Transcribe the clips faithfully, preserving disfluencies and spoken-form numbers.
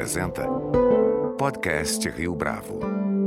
apresenta Podcast Rio Bravo.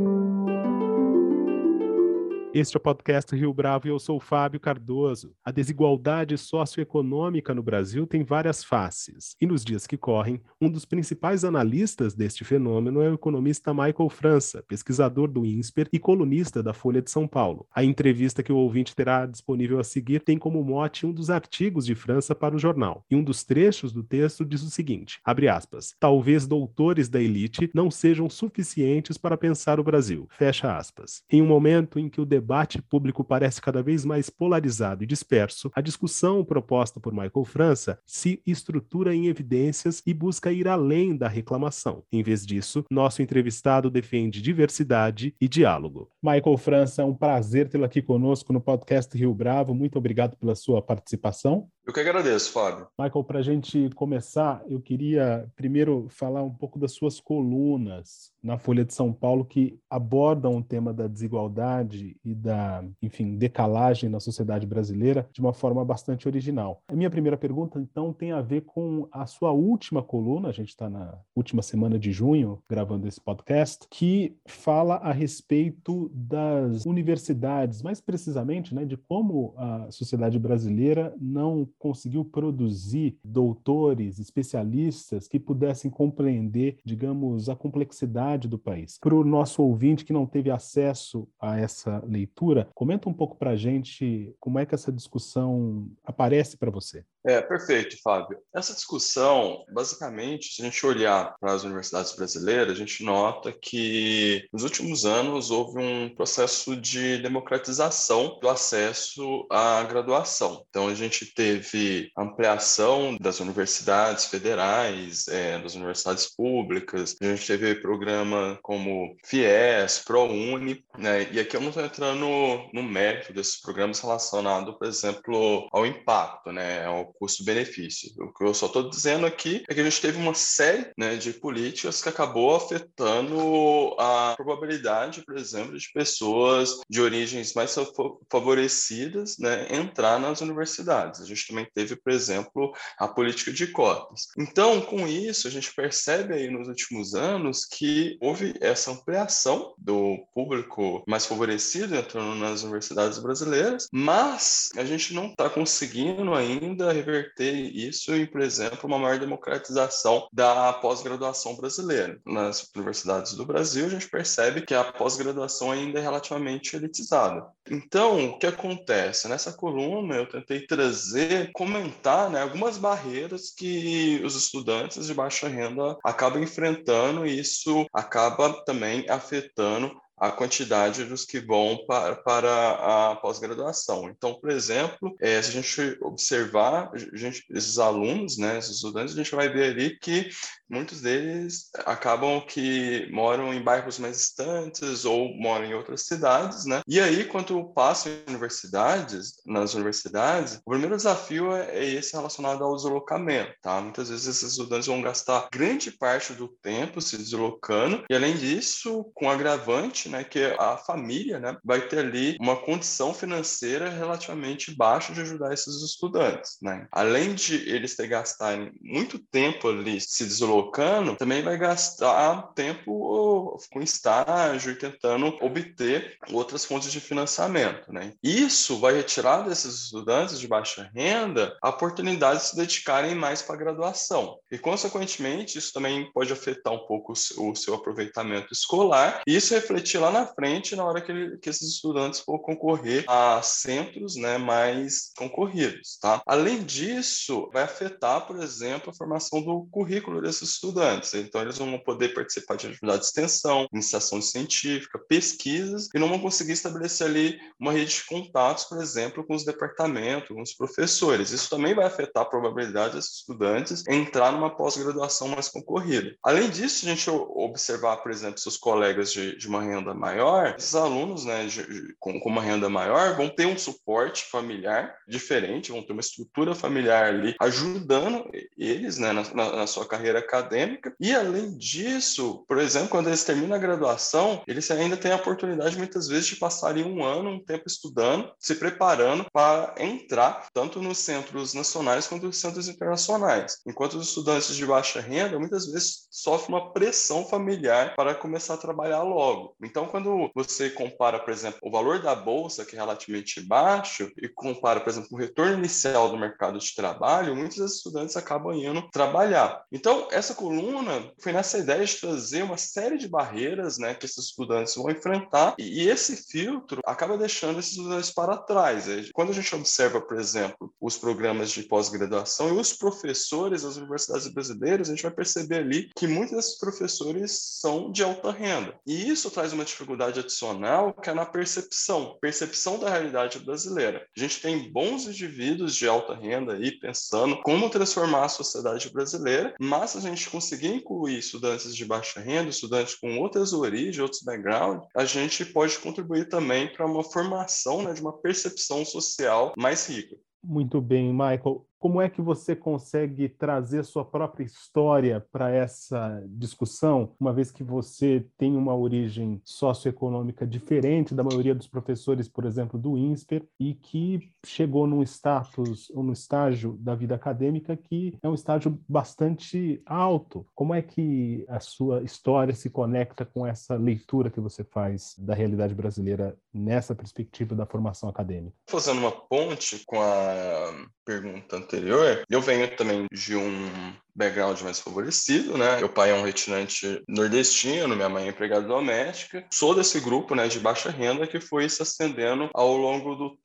Este é o podcast Rio Bravo e eu sou o Fábio Cardoso. A desigualdade socioeconômica no Brasil tem várias faces. E nos dias que correm, um dos principais analistas deste fenômeno é o economista Michael França, pesquisador do INSPER e colunista da Folha de São Paulo. A entrevista que o ouvinte terá disponível a seguir tem como mote um dos artigos de França para o jornal. E um dos trechos do texto diz o seguinte, abre aspas, talvez doutores da elite não sejam suficientes para pensar o Brasil, fecha aspas. Em um momento em que o debate O debate público parece cada vez mais polarizado e disperso, a discussão proposta por Michael França se estrutura em evidências e busca ir além da reclamação. Em vez disso, nosso entrevistado defende diversidade e diálogo. Michael França, é um prazer tê-lo aqui conosco no podcast Rio Bravo. Muito obrigado pela sua participação. Eu que agradeço, Fábio. Michael, para a gente começar, eu queria primeiro falar um pouco das suas colunas na Folha de São Paulo que abordam o tema da desigualdade e da, enfim, decalagem na sociedade brasileira de uma forma bastante original. A minha primeira pergunta, então, tem a ver com a sua última coluna, a gente está na última semana de junho gravando esse podcast, que fala a respeito das universidades, mais precisamente, né, de como a sociedade brasileira não conseguiu produzir doutores, especialistas que pudessem compreender, digamos, a complexidade do país. Para o nosso ouvinte que não teve acesso a essa leitura, comenta um pouco para a gente como é que essa discussão aparece para você. É, perfeito, Fábio. Essa discussão, basicamente, se a gente olhar para as universidades brasileiras, a gente nota que nos últimos anos houve um processo de democratização do acesso à graduação. Então, a gente teve ampliação das universidades federais, é, das universidades públicas, a gente teve programa como FIES, ProUni, né? E aqui eu não estou entrando no mérito desses programas relacionados, por exemplo, ao impacto, né? Ao custo-benefício. O que eu só estou dizendo aqui é que a gente teve uma série, né, de políticas que acabou afetando a probabilidade, por exemplo, de pessoas de origens mais favorecidas, né, entrar nas universidades. A gente também teve, por exemplo, a política de cotas. Então, com isso, a gente percebe aí nos últimos anos que houve essa ampliação do público mais favorecido entrando nas universidades brasileiras, mas a gente não está conseguindo ainda reverter isso em, por exemplo, uma maior democratização da pós-graduação brasileira. Nas universidades do Brasil, a gente percebe que a pós-graduação ainda é relativamente elitizada. Então, o que acontece? Nessa coluna, eu tentei trazer, comentar, né, algumas barreiras que os estudantes de baixa renda acabam enfrentando e isso acaba também afetando a quantidade dos que vão para, para a pós-graduação. Então, por exemplo, é, se a gente observar a gente, esses alunos, né, esses estudantes, a gente vai ver ali que muitos deles acabam que moram em bairros mais distantes ou moram em outras cidades, né? E aí, quando passam em universidades, nas universidades, o primeiro desafio é, é esse relacionado ao deslocamento, tá? Muitas vezes esses estudantes vão gastar grande parte do tempo se deslocando e, além disso, com agravante, né, que a família, né, vai ter ali uma condição financeira relativamente baixa de ajudar esses estudantes, né? Além de eles ter gastarem muito tempo ali se deslocando, também vai gastar tempo com estágio e tentando obter outras fontes de financiamento, né? Isso vai retirar desses estudantes de baixa renda a oportunidade de se dedicarem mais para a graduação. E, consequentemente, isso também pode afetar um pouco o seu aproveitamento escolar e isso refletir lá na frente, na hora que, ele, que esses estudantes for concorrer a centros, né, mais concorridos, tá? Além disso, vai afetar, por exemplo, a formação do currículo desses estudantes. Então, eles vão poder participar de atividade de extensão, iniciação científica, pesquisas, e não vão conseguir estabelecer ali uma rede de contatos, por exemplo, com os departamentos, com os professores. Isso também vai afetar a probabilidade desses estudantes entrar numa pós-graduação mais concorrida. Além disso, a gente observar, por exemplo, seus colegas de, de uma renda renda maior, esses alunos, né, com, com uma renda maior vão ter um suporte familiar diferente, vão ter uma estrutura familiar ali ajudando eles, né, na, na, na sua carreira acadêmica. E, além disso, por exemplo, quando eles terminam a graduação, eles ainda têm a oportunidade, muitas vezes, de passar ali um ano, um tempo estudando, se preparando para entrar tanto nos centros nacionais quanto nos centros internacionais. Enquanto os estudantes de baixa renda, muitas vezes, sofrem uma pressão familiar para começar a trabalhar logo. Então, quando você compara, por exemplo, o valor da bolsa, que é relativamente baixo, e compara, por exemplo, o retorno inicial do mercado de trabalho, muitos estudantes acabam indo trabalhar. Então, essa coluna foi nessa ideia de trazer uma série de barreiras, né, que esses estudantes vão enfrentar, e esse filtro acaba deixando esses estudantes para trás. Quando a gente observa, por exemplo, os programas de pós-graduação e os professores das universidades brasileiras, a gente vai perceber ali que muitos desses professores são de alta renda. E isso traz uma dificuldade adicional, que é na percepção, percepção da realidade brasileira. A gente tem bons indivíduos de alta renda aí pensando como transformar a sociedade brasileira, mas se a gente conseguir incluir estudantes de baixa renda, estudantes com outras origens, outros backgrounds, a gente pode contribuir também para uma formação, né, de uma percepção social mais rica. Muito bem, Michael. Como é que você consegue trazer sua própria história para essa discussão, uma vez que você tem uma origem socioeconômica diferente da maioria dos professores, por exemplo, do INSPER, e que chegou num status, ou num estágio da vida acadêmica que é um estágio bastante alto? Como é que a sua história se conecta com essa leitura que você faz da realidade brasileira nessa perspectiva da formação acadêmica? Fazendo uma ponte com a pergunta anterior, eu venho também de um background mais favorecido, né? Meu pai é um retirante nordestino, minha mãe é empregada doméstica. Sou desse grupo, né, de baixa renda que foi se ascendendo ao longo do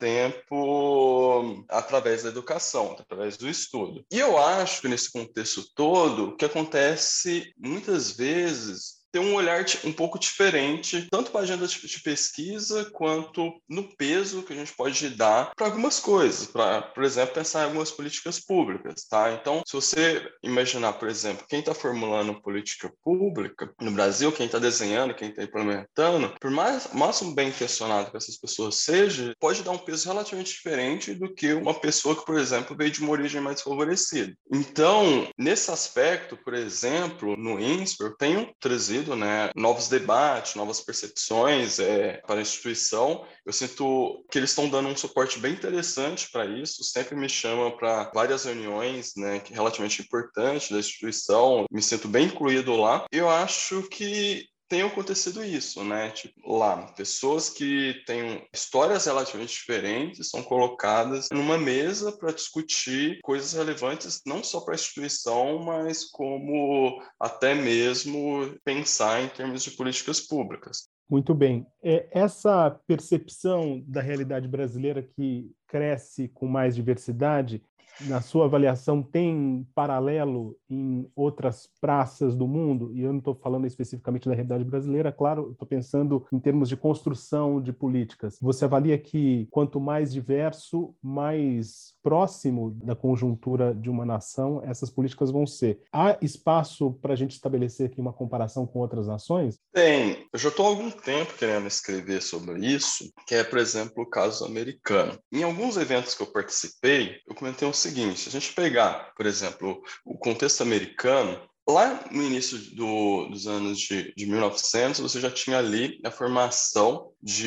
tempo através da educação, através do estudo. E eu acho que nesse contexto todo, o que acontece muitas vezes ter um olhar um pouco diferente, tanto para a agenda de pesquisa, quanto no peso que a gente pode dar para algumas coisas, para, por exemplo, pensar em algumas políticas públicas, tá? Então, se você imaginar, por exemplo, quem está formulando política pública no Brasil, quem está desenhando, quem está implementando, por mais, mais bem intencionado que essas pessoas sejam, pode dar um peso relativamente diferente do que uma pessoa que, por exemplo, veio de uma origem mais favorecida. Então, nesse aspecto, por exemplo, no INSPER, eu tenho trazido, né, novos debates, novas percepções é, para a instituição. Eu sinto que eles estão dando um suporte bem interessante para isso, sempre me chamam para várias reuniões, né, que é relativamente importantes da instituição, me sinto bem incluído lá. Eu acho que tem acontecido isso, né? Tipo, lá, pessoas que têm histórias relativamente diferentes são colocadas numa mesa para discutir coisas relevantes não só para a instituição, mas como até mesmo pensar em termos de políticas públicas. Muito bem. Essa percepção da realidade brasileira que cresce com mais diversidade, na sua avaliação, tem paralelo em outras praças do mundo? E eu não estou falando especificamente da realidade brasileira, claro, estou pensando em termos de construção de políticas. Você avalia que quanto mais diverso, mais próximo da conjuntura de uma nação, essas políticas vão ser. Há espaço para a gente estabelecer aqui uma comparação com outras nações? Tem. Eu já estou há algum tempo querendo escrever sobre isso, que é, por exemplo, o caso americano. Em alguns eventos que eu participei, eu comentei o seguinte: se a gente pegar, por exemplo, o contexto americano, lá no início do, dos anos de, de mil e novecentos, você já tinha ali a formação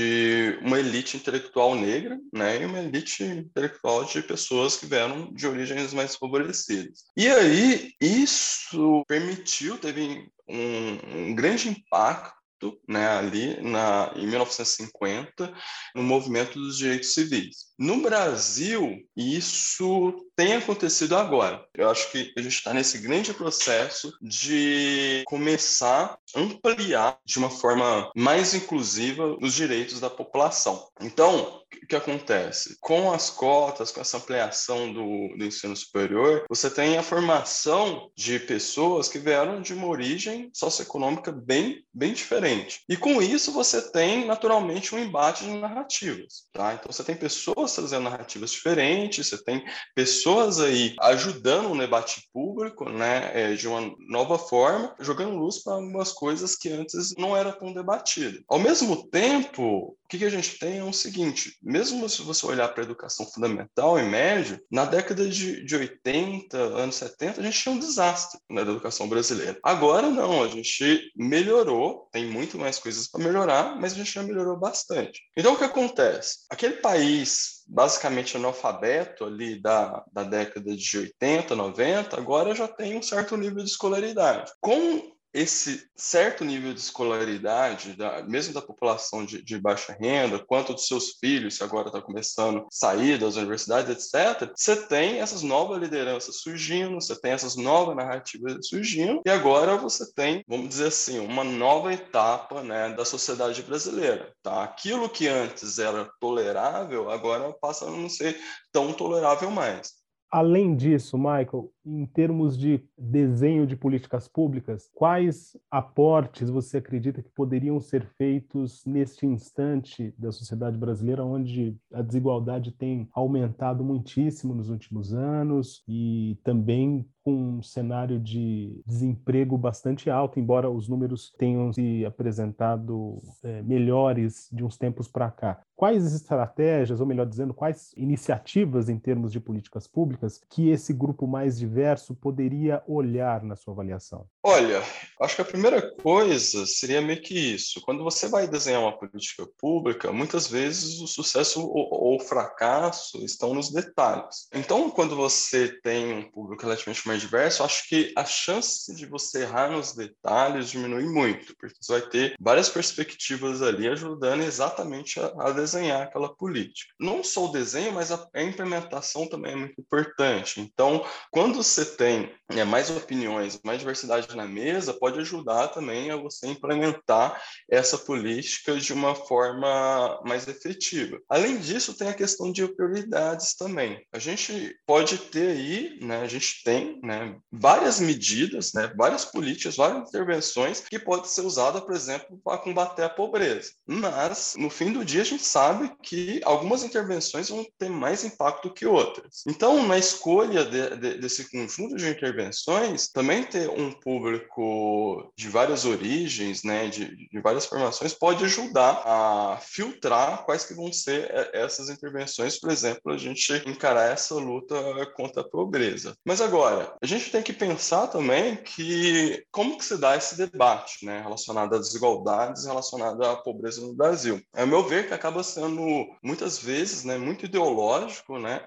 de uma elite intelectual negra, né, e uma elite intelectual de pessoas que vieram de origens mais favorecidas. E aí, isso permitiu, teve um, um grande impacto, né, ali na, em mil novecentos e cinquenta, no movimento dos direitos civis. No Brasil, isso tem acontecido agora. Eu acho que a gente está nesse grande processo de começar a ampliar de uma forma mais inclusiva os direitos da população. Então, o que acontece? Com as cotas, com essa ampliação do, do ensino superior, você tem a formação de pessoas que vieram de uma origem socioeconômica bem, bem diferente. E com isso você tem, naturalmente, um embate de narrativas. Tá? Então, você tem pessoas pessoas trazendo narrativas diferentes, você tem pessoas aí ajudando o debate público, né, é, de uma nova forma, jogando luz para algumas coisas que antes não era tão debatido. Ao mesmo tempo, o que, que a gente tem é o seguinte, mesmo se você olhar para a educação fundamental e médio, na década de, de oitenta, anos setenta, a gente tinha um desastre na educação brasileira. Agora não, a gente melhorou, tem muito mais coisas para melhorar, mas a gente já melhorou bastante. Então o que acontece? Aquele país basicamente analfabeto ali da, da década de oitenta, noventa, agora já tem um certo nível de escolaridade. Com esse certo nível de escolaridade, da, mesmo da população de, de baixa renda, quanto dos seus filhos, que agora está começando a sair das universidades, etcétera, você tem essas novas lideranças surgindo, você tem essas novas narrativas surgindo, e agora você tem, vamos dizer assim, uma nova etapa, né, da sociedade brasileira. Tá? Aquilo que antes era tolerável, agora passa a não ser tão tolerável mais. Além disso, Michael, em termos de desenho de políticas públicas, quais aportes você acredita que poderiam ser feitos neste instante da sociedade brasileira, onde a desigualdade tem aumentado muitíssimo nos últimos anos e também com um cenário de desemprego bastante alto, embora os números tenham se apresentado é, melhores de uns tempos para cá? Quais estratégias, ou melhor dizendo, quais iniciativas em termos de políticas públicas que esse grupo mais diverso poderia olhar na sua avaliação? Olha, acho que a primeira coisa seria meio que isso. Quando você vai desenhar uma política pública, muitas vezes o sucesso ou o fracasso estão nos detalhes. Então, quando você tem um público relativamente mais diverso, acho que a chance de você errar nos detalhes diminui muito, porque você vai ter várias perspectivas ali ajudando exatamente a, a desenhar aquela política. Não só o desenho, mas a, a implementação também é muito importante. Então, quando você tem né, mais opiniões, mais diversidade na mesa, pode ajudar também a você implementar essa política de uma forma mais efetiva. Além disso, tem a questão de prioridades também. A gente pode ter aí, né, a gente tem né, várias medidas, né, várias políticas, várias intervenções que podem ser usadas, por exemplo, para combater a pobreza. Mas, no fim do dia, a gente sabe que algumas intervenções vão ter mais impacto que outras. Então, na escolha de, de, desse conjunto de intervenções, também ter um público de várias origens, né, de, de várias formações, pode ajudar a filtrar quais que vão ser essas intervenções, por exemplo, a gente encarar essa luta contra a pobreza. Mas agora, a gente tem que pensar também que como que se dá esse debate, né, relacionado às desigualdades, relacionado à pobreza no Brasil. É meu ver que acaba sendo muitas vezes, né, muito ideológico, né,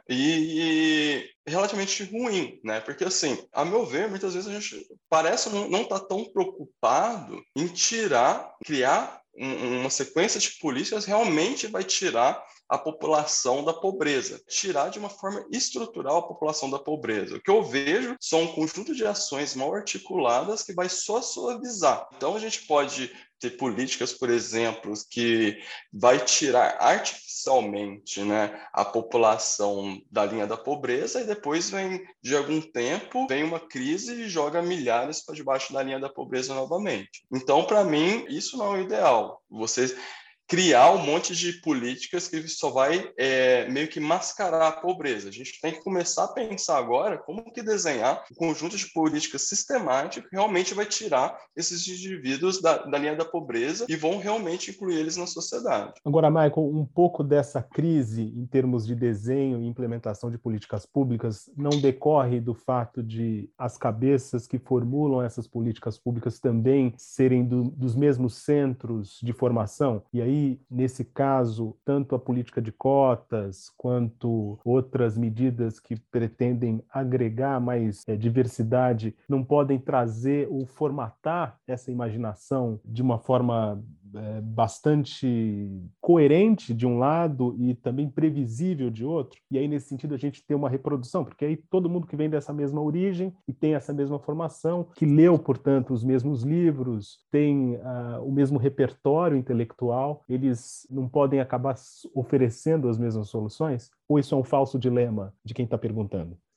e relativamente ruim, né? Porque, assim, a meu ver, muitas vezes a gente parece não estar tá tão preocupado em tirar, criar um, uma sequência de políticas realmente vai tirar a população da pobreza, tirar de uma forma estrutural a população da pobreza. O que eu vejo são um conjunto de ações mal articuladas que vai só suavizar. Então, a gente pode ter políticas, por exemplo, que vai tirar artificialmente né, a população da linha da pobreza e depois vem, de algum tempo, vem uma crise e joga milhares para debaixo da linha da pobreza novamente. Então, para mim, isso não é o ideal. Você criar um monte de políticas que só vai é, meio que mascarar a pobreza. A gente tem que começar a pensar agora como que desenhar um conjunto de políticas sistemáticas que realmente vai tirar esses indivíduos da, da linha da pobreza e vão realmente incluir eles na sociedade. Agora, Michael, um pouco dessa crise em termos de desenho e implementação de políticas públicas não decorre do fato de as cabeças que formulam essas políticas públicas também serem do, dos mesmos centros de formação? E aí, nesse caso, tanto a política de cotas quanto outras medidas que pretendem agregar mais é, diversidade não podem trazer ou formatar essa imaginação de uma forma é, bastante coerente de um lado e também previsível de outro? E aí, nesse sentido, a gente tem uma reprodução, porque aí todo mundo que vem dessa mesma origem e tem essa mesma formação, que leu, portanto, os mesmos livros, tem uh, o mesmo repertório intelectual, eles não podem acabar oferecendo as mesmas soluções? Ou isso é um falso dilema de quem está perguntando?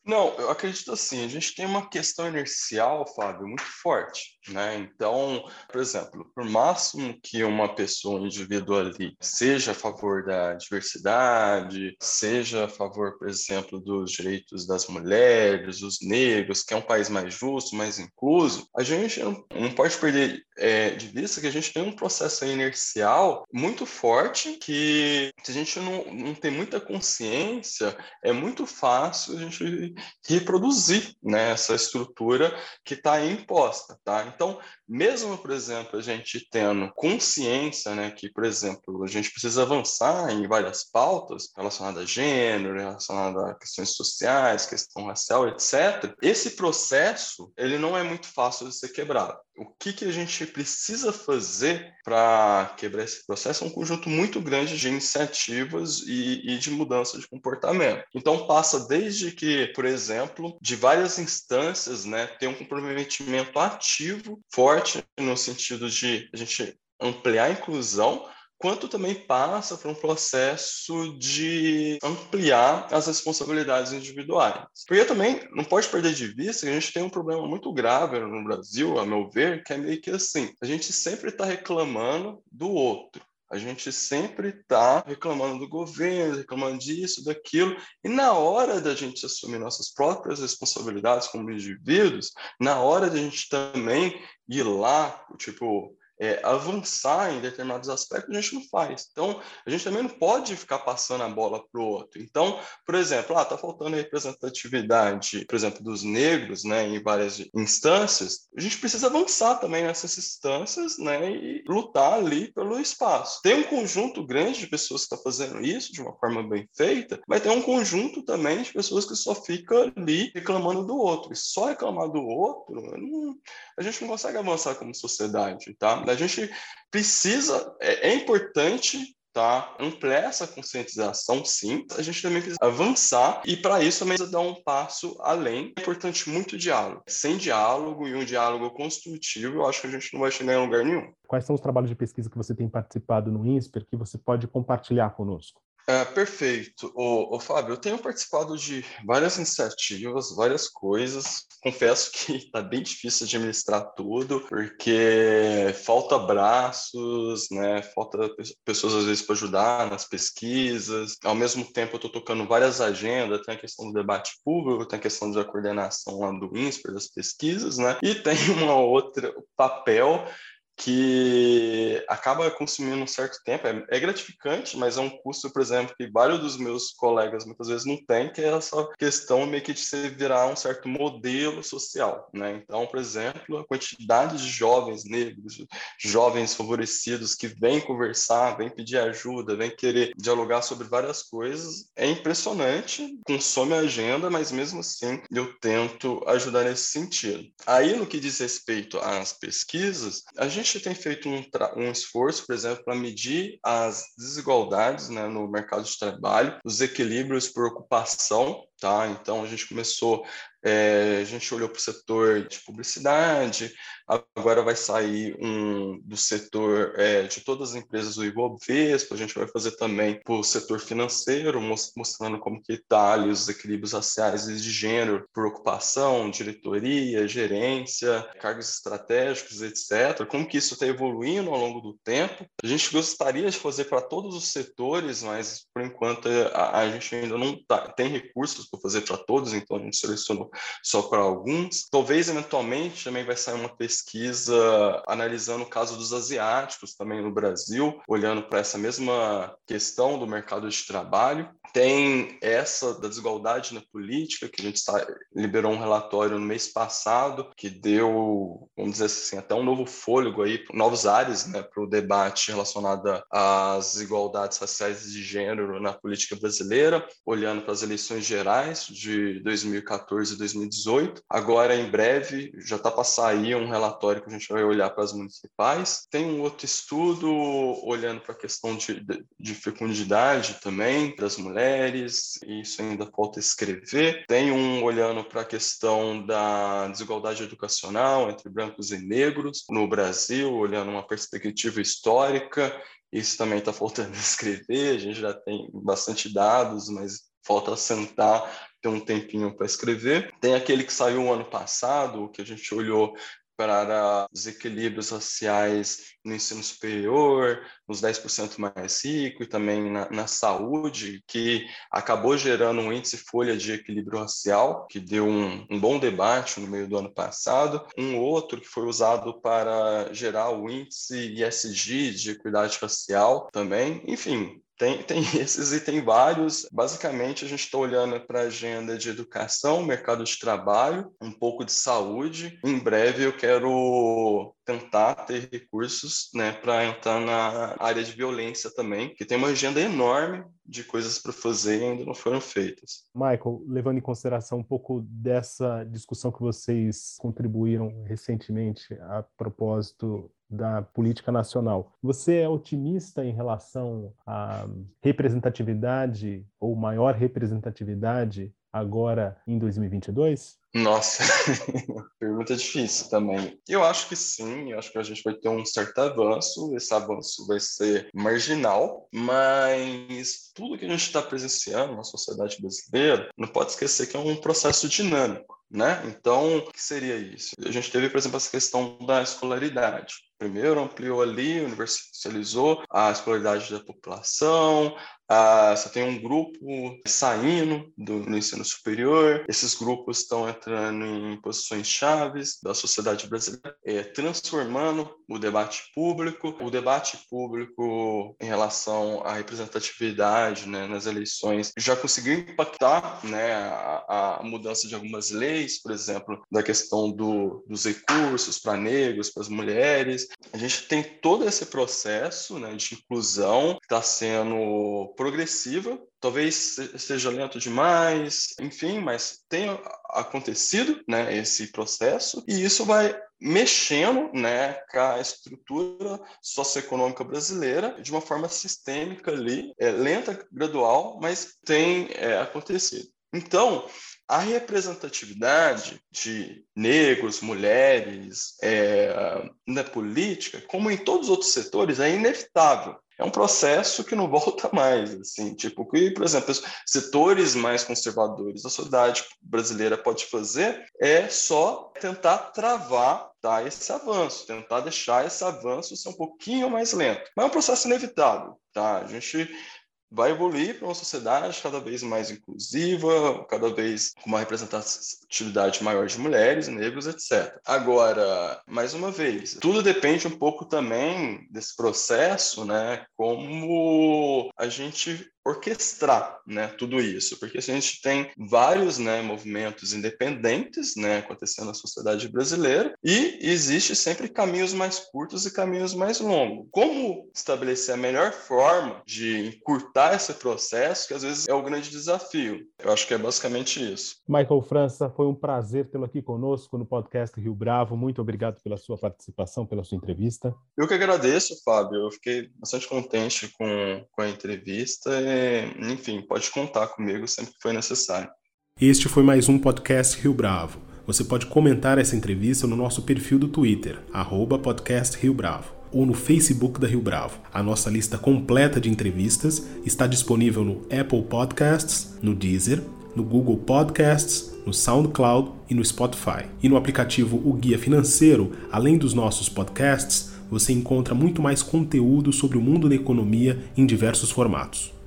Não, eu acredito assim, a gente tem uma questão inercial, Fábio, muito forte, né? Então, por exemplo, por máximo que uma pessoa, um indivíduo ali, seja a favor da diversidade, seja a favor, por exemplo, dos direitos das mulheres, dos negros, que é um país mais justo, mais incluso, a gente não, não pode perder é, de vista que a gente tem um processo inercial muito forte que, se a gente não, não tem muita consciência, é muito fácil a gente reproduzir, né, essa estrutura que está imposta, tá? Então, mesmo, por exemplo, a gente tendo consciência, né, que, por exemplo, a gente precisa avançar em várias pautas relacionadas a gênero, relacionadas a questões sociais, questão racial, etcétera, esse processo, ele não é muito fácil de ser quebrado. O que, que a gente precisa fazer para quebrar esse processo é um conjunto muito grande de iniciativas e, e de mudança de comportamento. Então, passa desde que, por exemplo, de várias instâncias, né, ter um comprometimento ativo, forte, no sentido de a gente ampliar a inclusão, quanto também passa por um processo de ampliar as responsabilidades individuais. Porque também não pode perder de vista que a gente tem um problema muito grave no Brasil, a meu ver, que é meio que assim, a gente sempre está reclamando do outro. A gente sempre está reclamando do governo, reclamando disso, daquilo, e na hora da gente assumir nossas próprias responsabilidades como indivíduos, na hora da gente também ir lá, tipo, é, avançar em determinados aspectos, a gente não faz. Então, a gente também não pode ficar passando a bola para o outro. Então, por exemplo, ah, tá faltando representatividade, por exemplo, dos negros, né, em várias instâncias, a gente precisa avançar também nessas instâncias, né, e lutar ali pelo espaço. Tem um conjunto grande de pessoas que está fazendo isso de uma forma bem feita, mas tem um conjunto também de pessoas que só fica ali reclamando do outro. E só reclamar do outro, não, a gente não consegue avançar como sociedade, tá? A gente precisa, é, é importante, tá, ampliar essa conscientização, sim. A gente também precisa avançar e, para isso, também precisa dar um passo além. É importante muito diálogo. Sem diálogo e um diálogo construtivo, eu acho que a gente não vai chegar em lugar nenhum. Quais são os trabalhos de pesquisa que você tem participado no INSPER que você pode compartilhar conosco? É, perfeito. Ô, ô, Fábio, eu tenho participado de várias iniciativas, várias coisas. Confesso que está bem difícil administrar tudo, porque falta braços, né? Falta pe- pessoas, às vezes, para ajudar nas pesquisas. Ao mesmo tempo, eu estou tocando várias agendas. Tem a questão do debate público, tem a questão da coordenação lá do INSPER, das pesquisas, né? E tem uma outra papel que acaba consumindo um certo tempo. É, é gratificante, mas é um custo, por exemplo, que vários dos meus colegas muitas vezes não têm, que é essa questão meio que de se virar um certo modelo social, né? Então, por exemplo, a quantidade de jovens negros, jovens favorecidos que vêm conversar, vêm pedir ajuda, vêm querer dialogar sobre várias coisas, é impressionante, consome a agenda, mas mesmo assim eu tento ajudar nesse sentido. Aí, no que diz respeito às pesquisas, a gente tem feito um, um esforço, por exemplo, para medir as desigualdades, né, no mercado de trabalho, os equilíbrios por ocupação, tá? Então, a gente começou, é, a gente olhou para o setor de publicidade, agora vai sair um do setor é, de todas as empresas do Ibovespa, a gente vai fazer também para o setor financeiro, mostrando como que está ali os equilíbrios raciais e de gênero por ocupação, diretoria, gerência, cargos estratégicos, etcétera. Como que isso está evoluindo ao longo do tempo. A gente gostaria de fazer para todos os setores, mas por enquanto a, a gente ainda não tá, tem recursos para fazer para todos, então a gente selecionou só para alguns. Talvez eventualmente também vai sair uma pesquisa analisando o caso dos asiáticos também no Brasil, olhando para essa mesma questão do mercado de trabalho. Tem essa da desigualdade na política, que a gente está, liberou um relatório no mês passado, que deu, vamos dizer assim, até um novo fôlego aí, novos ares, né, para o debate relacionado às desigualdades raciais e de gênero na política brasileira, olhando para as eleições gerais de dois mil e quatorze e dois mil e dezoito. Agora, em breve, já está para sair um relatório que a gente vai olhar para as municipais. Tem um outro estudo olhando para a questão de, de, de fecundidade também das mulheres, isso ainda falta escrever. Tem um olhando para a questão da desigualdade educacional entre brancos e negros no Brasil, olhando uma perspectiva histórica. Isso também está faltando escrever, a gente já tem bastante dados, mas falta sentar ter um tempinho para escrever. Tem aquele que saiu ano passado, que a gente olhou para os equilíbrios raciais no ensino superior, nos dez por cento mais ricos e também na, na saúde, que acabou gerando um índice folha de equilíbrio racial, que deu um, um bom debate no meio do ano passado. Um outro que foi usado para gerar o índice E S G de equidade racial também. Enfim, Tem, tem esses e tem vários. Basicamente, a gente está olhando para a agenda de educação, mercado de trabalho, um pouco de saúde. Em breve, eu quero tentar ter recursos, né, para entrar na área de violência também, que tem uma agenda enorme de coisas para fazer e ainda não foram feitas. Michael, levando em consideração um pouco dessa discussão que vocês contribuíram recentemente a propósito da política nacional, você é otimista em relação à representatividade ou maior representatividade agora em dois mil e vinte e dois? Nossa, pergunta difícil também. Eu acho que sim, eu acho que a gente vai ter um certo avanço, esse avanço vai ser marginal, mas tudo que a gente está presenciando na sociedade brasileira, não pode esquecer que é um processo dinâmico, né? Então, o que seria isso? A gente teve, por exemplo, essa questão da escolaridade. Primeiro ampliou ali, universalizou a escolaridade da população, ah, você tem um grupo saindo do, do ensino superior, esses grupos estão entrando em posições chaves da sociedade brasileira, é, transformando o debate público. O debate público em relação à representatividade, né, nas eleições já conseguiu impactar, né, a, a mudança de algumas leis, por exemplo, da questão do, dos recursos para negros, para as mulheres. A gente tem todo esse processo, né, de inclusão que está sendo progressiva, talvez seja lento demais, enfim, mas tem acontecido, né, esse processo, e isso vai mexendo, né, com a estrutura socioeconômica brasileira de uma forma sistêmica ali, é, lenta, gradual, mas tem é, acontecido. Então, a representatividade de negros, mulheres, é, na política, como em todos os outros setores, é inevitável. É um processo que não volta mais, assim, tipo, que, por exemplo, setores mais conservadores da sociedade brasileira pode fazer é só tentar travar, tá, esse avanço, tentar deixar esse avanço ser um pouquinho mais lento. Mas é um processo inevitável, tá? A gente vai evoluir para uma sociedade cada vez mais inclusiva, cada vez com uma representatividade maior de mulheres, negros, etcétera. Agora, mais uma vez, tudo depende um pouco também desse processo, né? Como a gente orquestrar, né, tudo isso, porque se a gente tem vários, né, movimentos independentes, né, acontecendo na sociedade brasileira, e existe sempre caminhos mais curtos e caminhos mais longos. Como estabelecer a melhor forma de encurtar esse processo, que às vezes é o grande desafio. Eu acho que é basicamente isso. Michael França, foi um prazer tê-lo aqui conosco no podcast Rio Bravo. Muito obrigado pela sua participação, pela sua entrevista. Eu que agradeço, Fábio. Eu fiquei bastante contente com, com a entrevista. Enfim, pode contar comigo sempre que for necessário. Este foi mais um podcast Rio Bravo. Você pode comentar essa entrevista no nosso perfil do Twitter, arroba podcast Rio Bravo, ou no Facebook da Rio Bravo. A nossa lista completa de entrevistas está disponível no Apple Podcasts, no Deezer, no Google Podcasts, no SoundCloud e no Spotify. E no aplicativo O Guia Financeiro, além dos nossos podcasts, você encontra muito mais conteúdo sobre o mundo da economia em diversos formatos.